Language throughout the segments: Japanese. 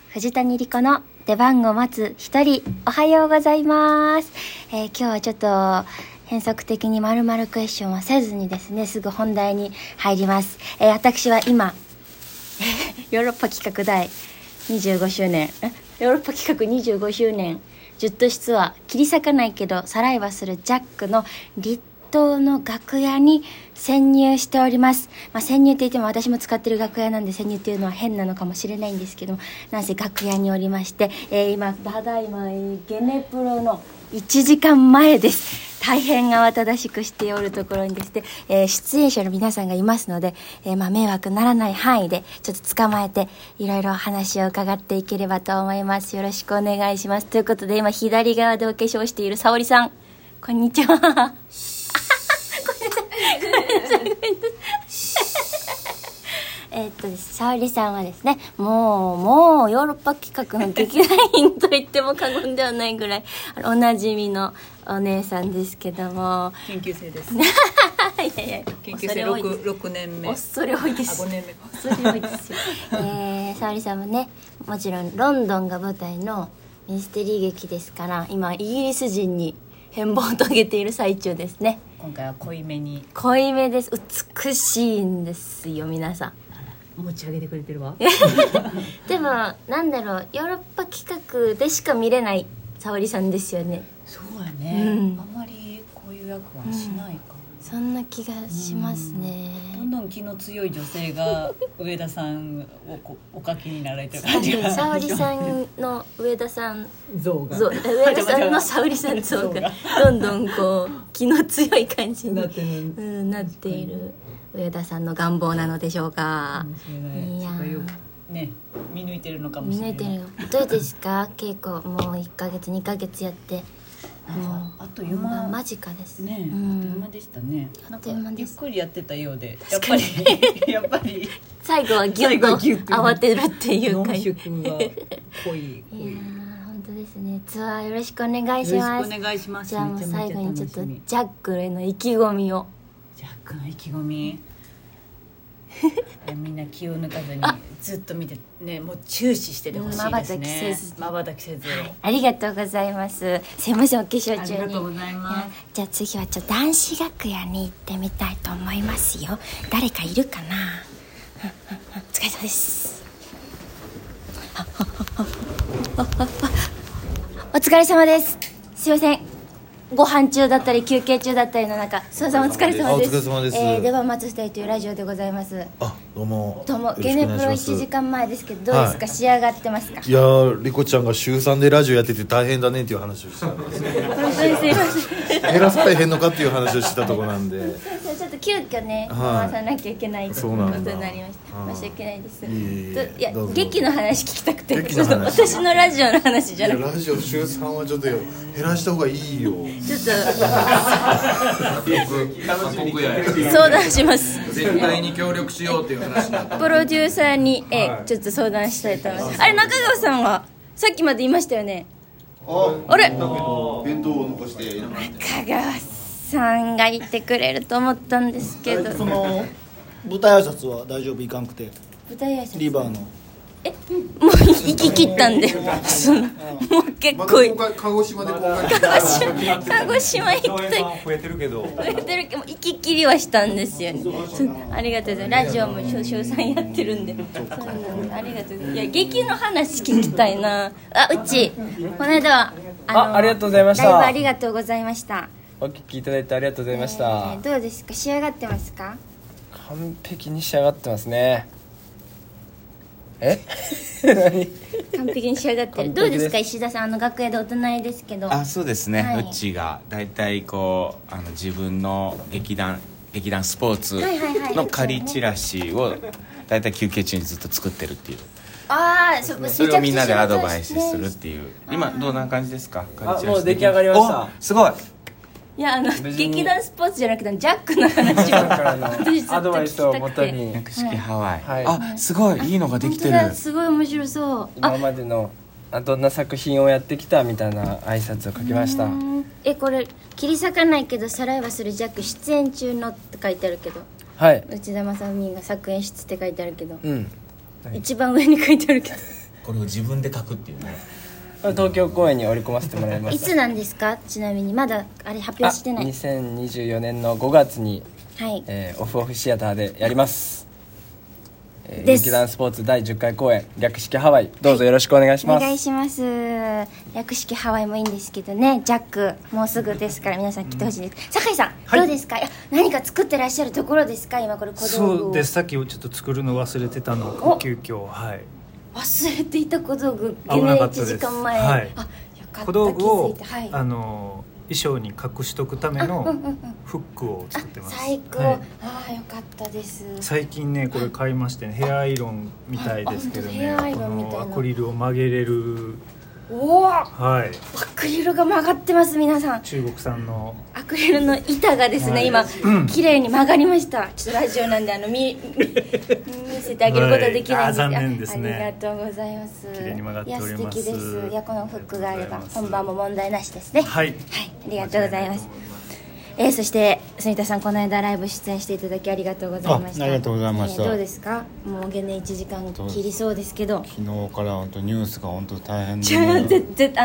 藤谷莉子の出番を待つ一人。おはようございます。今日はちょっと変則的に〇〇クエスチョンはせずにですね、すぐ本題に入ります。私は今ヨーロッパ企画第25周年ヨーロッパ企画25周年10都市ツアー、切り裂かないけどさらいはするジャックの立東の楽屋に潜入しております。潜入って言っても私も使ってる楽屋なんで潜入っていうのは変なのかもしれないんですけども、なんせ楽屋におりまして、今ただいまゲネプロの1時間前です。大変慌ただしくしておるところにですね、出演者の皆さんがいますので、迷惑ならない範囲でちょっと捕まえていろいろ話を伺っていければと思います。よろしくお願いします。ということで今左側でお化粧している沙織さん、こんにちは。沙織さんはですね、もうヨーロッパ企画の劇団員と言っても過言ではないぐらいおなじみのお姉さんですけども、 研究生ですいや研究生 6年目。 恐れ多いです。 5年目恐れ多いですよ。沙織さんもね、もちろんロンドンが舞台のミステリー劇ですから、今イギリス人に変貌を遂げている最中ですね。 今回は濃いめです。美しいんですよ皆さん。 持ち上げてくれてるわでもなんだろう、ヨーロッパ企画でしか見れない沙織さんですよね。 そうやね、あんまりこういう役はしないかも、 そんな気がしますね。 どんどん気の強い女性が上田さんをお書きになられてる感じが沙織さんの上田さん像が上田さんの沙織さん像がどんどんこう気の強い感じになっている上田さんの願望なのでしょうか。 いやよくね、見抜いてるのかもしれない。 どうですか稽古、もう1ヶ月2ヶ月やって、 あっという間、 間近ですね。あっという間でしたね。なんかゆっくりやってたようで、やっぱり最後はギュッと慌てるっていうか、 濃縮が濃い。 いや本当ですね。ツアーよろしくお願いします。 よろしくお願いします。 じゃあもう最後にちょっとジャックへの意気込みを。 ジャックの意気込みみんな気を抜かずにずっと見てね、もう注視しててほしいですね。まばたきせず、 はい、ありがとうございます。すいませんお化粧中に。 ありがとうございます。 じゃあ次はちょっと男子楽屋に行ってみたいと思いますよ。誰かいるかな。お疲れ様です。お疲れ様です。すいません、ご飯中だったり休憩中だったりの中、すいません、お疲れ様です。 お疲れ様です。 出番待つ2人というラジオでございます。 どうもゲネプロ1時間前ですけど、どうですか、仕上がってますか。 いやー、リコちゃんが週3でラジオやってて大変だねっていう話をしたんです本当にすいません、 減らされへんのかっていう話をしたとこなんでちょっと急遽ね回さなきゃいけないということになりました。申し訳ないです。いや、劇の話聞きたくて、私のラジオの話じゃなくて、 ラジオ週3はちょっと減らした方がいいよ。 ちょっと相談します。 絶対に協力しようっていう話になった。 プロデューサーにちょっと相談したいと思います。あれ、中川さんはさっきまでいましたよね。あれ、 弁当を残していなかった。 中川さんがいてくれると思ったんですけど、 その舞台挨拶は大丈夫いかんくて、 舞台挨拶リバーのもう行き切ったんでもう結構鹿児島で公開鹿児島行った増えてるけど行き切りはしたんですよね。ありがとうございます。ラジオも週3やってるんで、そうなんでありがとうございます。いや、劇の話聞きたいな。うちこの間はありがとうございました。 ライブありがとうございました。 お聞きいただいてありがとうございました。 どうですか、仕上がってますか。 完璧に仕上がってますね。何完璧に仕上がってる。どうですか石田さん、楽屋でお隣ですけど。 そうですね、 はい、 うちがだいたいこう自分の劇団スポーツの仮チラシをだいたい休憩中にずっと作ってるっていう。それをみんなでアドバイスするっていう。今どんな感じですか。 もう出来上がりました。 すごい。 いや、劇団スポーツじゃなくてジャックの話をアドバイスをもとに百式ハワイ、すごいいいのができてる。 すごい面白そう。 今までのどんな作品をやってきたみたいな挨拶を書きました。 これ切り裂かないけどさらいはするジャック出演中のって書いてあるけど、 はい、 内田まさみが作演出って書いてあるけど、 うん、 一番上に書いてあるけどこれを自分で書くっていうね。 東京公演に織り込ませてもらいまいした。 つなんですか？ちなみにまだあれ発表してない。 2024年の5月に、 はい、 オフオフシアターでやります。 です劇団スポーツ第10回公演略式ハワイ、どうぞよろしくお願いします。 お願いします。略式ハワイもいいんですけどね、ジャックもうすぐですから皆さん来てほしいです。酒井さん、どうですか？いや、何か作ってらっしゃるところですか？今これ小道具を。 そうです。さっきちょっと作るの忘れてたのを急遽、はい、 忘れていた小道具、 危なかったです。 1時間前、 はい、 あ、よかった、 小道具を、 気づいて、はい、 衣装に隠しとくためのフックを作ってます。 最高、 はい、 ああよかったです。 最近ねこれ買いましてね、ヘアアイロンみたいですけどね、このアクリルを曲げれる。 おお、 はい、 アクリルが曲がってます。皆さん、 中国産のアクリルの板がですね、はい、今、綺麗に曲がりました。ちょっとラジオなんで見せてあげることはできないんですが、 はい、残念ですね。 ありがとうございます。 綺麗に曲がっております。 いや、素敵です。いや、このフックがあれば本番も問題なしですね。 はい、 はい、ありがとうございます。そして住田さん、この間ライブ出演していただきありがとうございました。 ありがとうございました。 どうですか？もう現在1時間切りそうですけど、 昨日から本当ニュースが本当大変で、 一応ねネ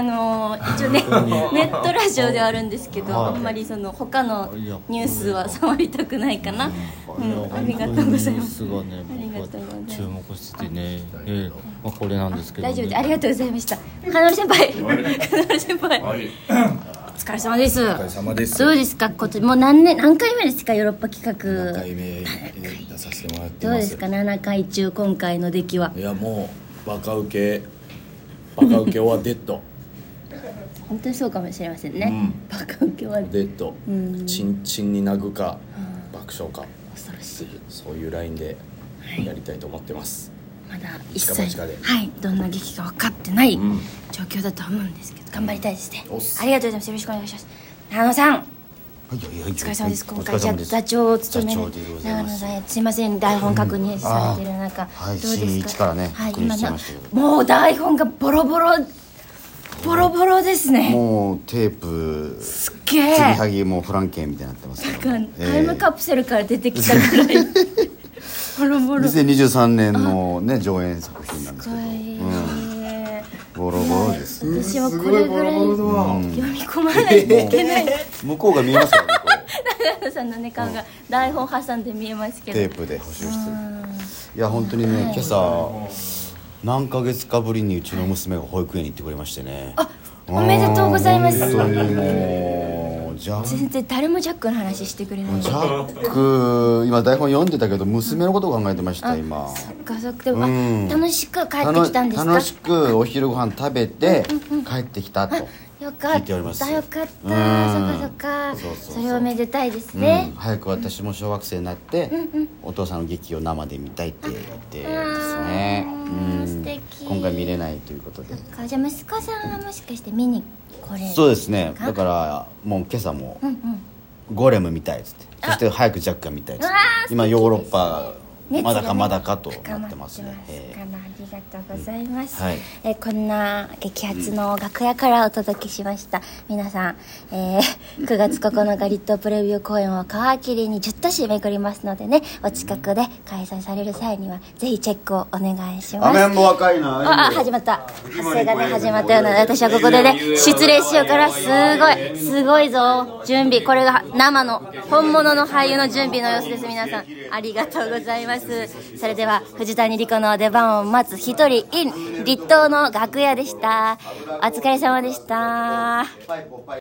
ットラジオではあるんですけど、あんまりその他のニュースは触りたくないかな。ありがとうございます。 ニュースがね、注目してね、これなんですけど、 大丈夫です。ありがとうございました。金森先輩、金森先輩、お疲れ様です。 お疲れ様です。 どうですか？もう何回目ですか？ヨーロッパ企画 7回目出させてもらってます。 どうですか？7回中今回の出来は。 いや、もうバカウケはデッド。 本当にそうかもしれませんね。バカウケはデッド。チンチンに泣くか爆笑か、 恐ろしい、 そういうラインでやりたいと思ってます。 まだ一切どんな劇か分かってない状況だとは思うんですけど、頑張りたいですね。ありがとうございます。よろしくお願いします。長野さん、お疲れ様です。今回座長を務める長野さん、すいません、台本確認されてる中、どうですか？今もう台本がボロボロですね。 もうテープすっげえ、 継ぎはぎもフランケンみたいになってますけど、 タイムカプセルから出てきたぐらいボロボロ。 2023年のね上演作品なんですけど、ボロボロです。 私もこれぐらい読み込まないといけない。 向こうが見えますからね、これ。 長野さんのね顔が台本挟んで見えますけど、 テープで補修してる。いや本当にね、今朝何ヶ月かぶりにうちの娘が保育園に行ってくれましてね。 あ、おめでとうございます。 本当にもう全然誰もジャックの話してくれない。 ジャック今台本読んでたけど娘のことを考えてました。今そっかそっか。でも楽しく帰ってきたんですか？ 楽しくお昼ご飯食べて帰ってきたと聞いております。 よかった、そっかそれはめでたいですね。 早く私も小学生になってお父さんの劇を生で見たいって言ってですね。 素敵。 今回見れないということで。 じゃあ息子さんはもしかして見に来れる？ そうですね。だからもう今朝もゴーレム見たいっつって、そして早くジャックが見たいっつって、今ヨーロッパまだかとなってますね。 ありがとうございます。こんな激アツの楽屋からお届けしました。皆さん、9月9日立東プレビュー公演を皮切りに10都市巡りますのでね、お近くで開催される際にはぜひチェックをお願いします。 アメンボ若いな。 始まった。発声がね始まったようなので、私はここでね失礼しようから、すごいぞ準備。これが生の本物の俳優の準備の様子です。皆さんありがとうございます。それでは藤谷莉子の出番を待つ一人 in 立東の楽屋でした。お疲れ様でした。